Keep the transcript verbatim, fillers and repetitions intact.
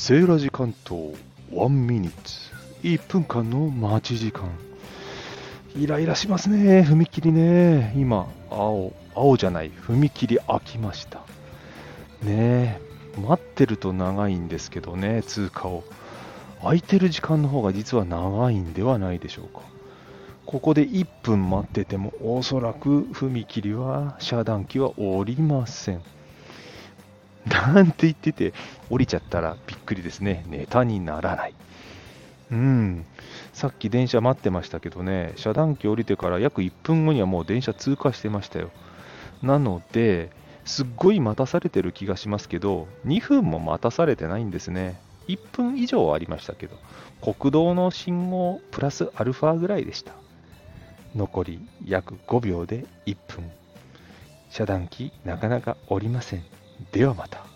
セーラジ関東ワンミニッツいっぷんかんの待ち時間。イライラしますね、踏切ね。今、青、青じゃない、踏切開きました。ねえ、待ってると長いんですけどね、通過を。空いてる時間の方が実は長いんではないでしょうか。ここでいっぷん待ってても、おそらく踏切は、遮断機は降りません。なんて言ってて、降りちゃったらびっくりですね。ネタにならない。うん。さっき電車待ってましたけどね、遮断機降りてから約いっぷんごにはもう電車通過してましたよ。なので、すっごい待たされてる気がしますけど、にふんも待たされてないんですね。いっぷん以上ありましたけど、国道の信号プラスアルファぐらいでした。残り約ごびょうでいっぷん。遮断機なかなか降りません。ではまた。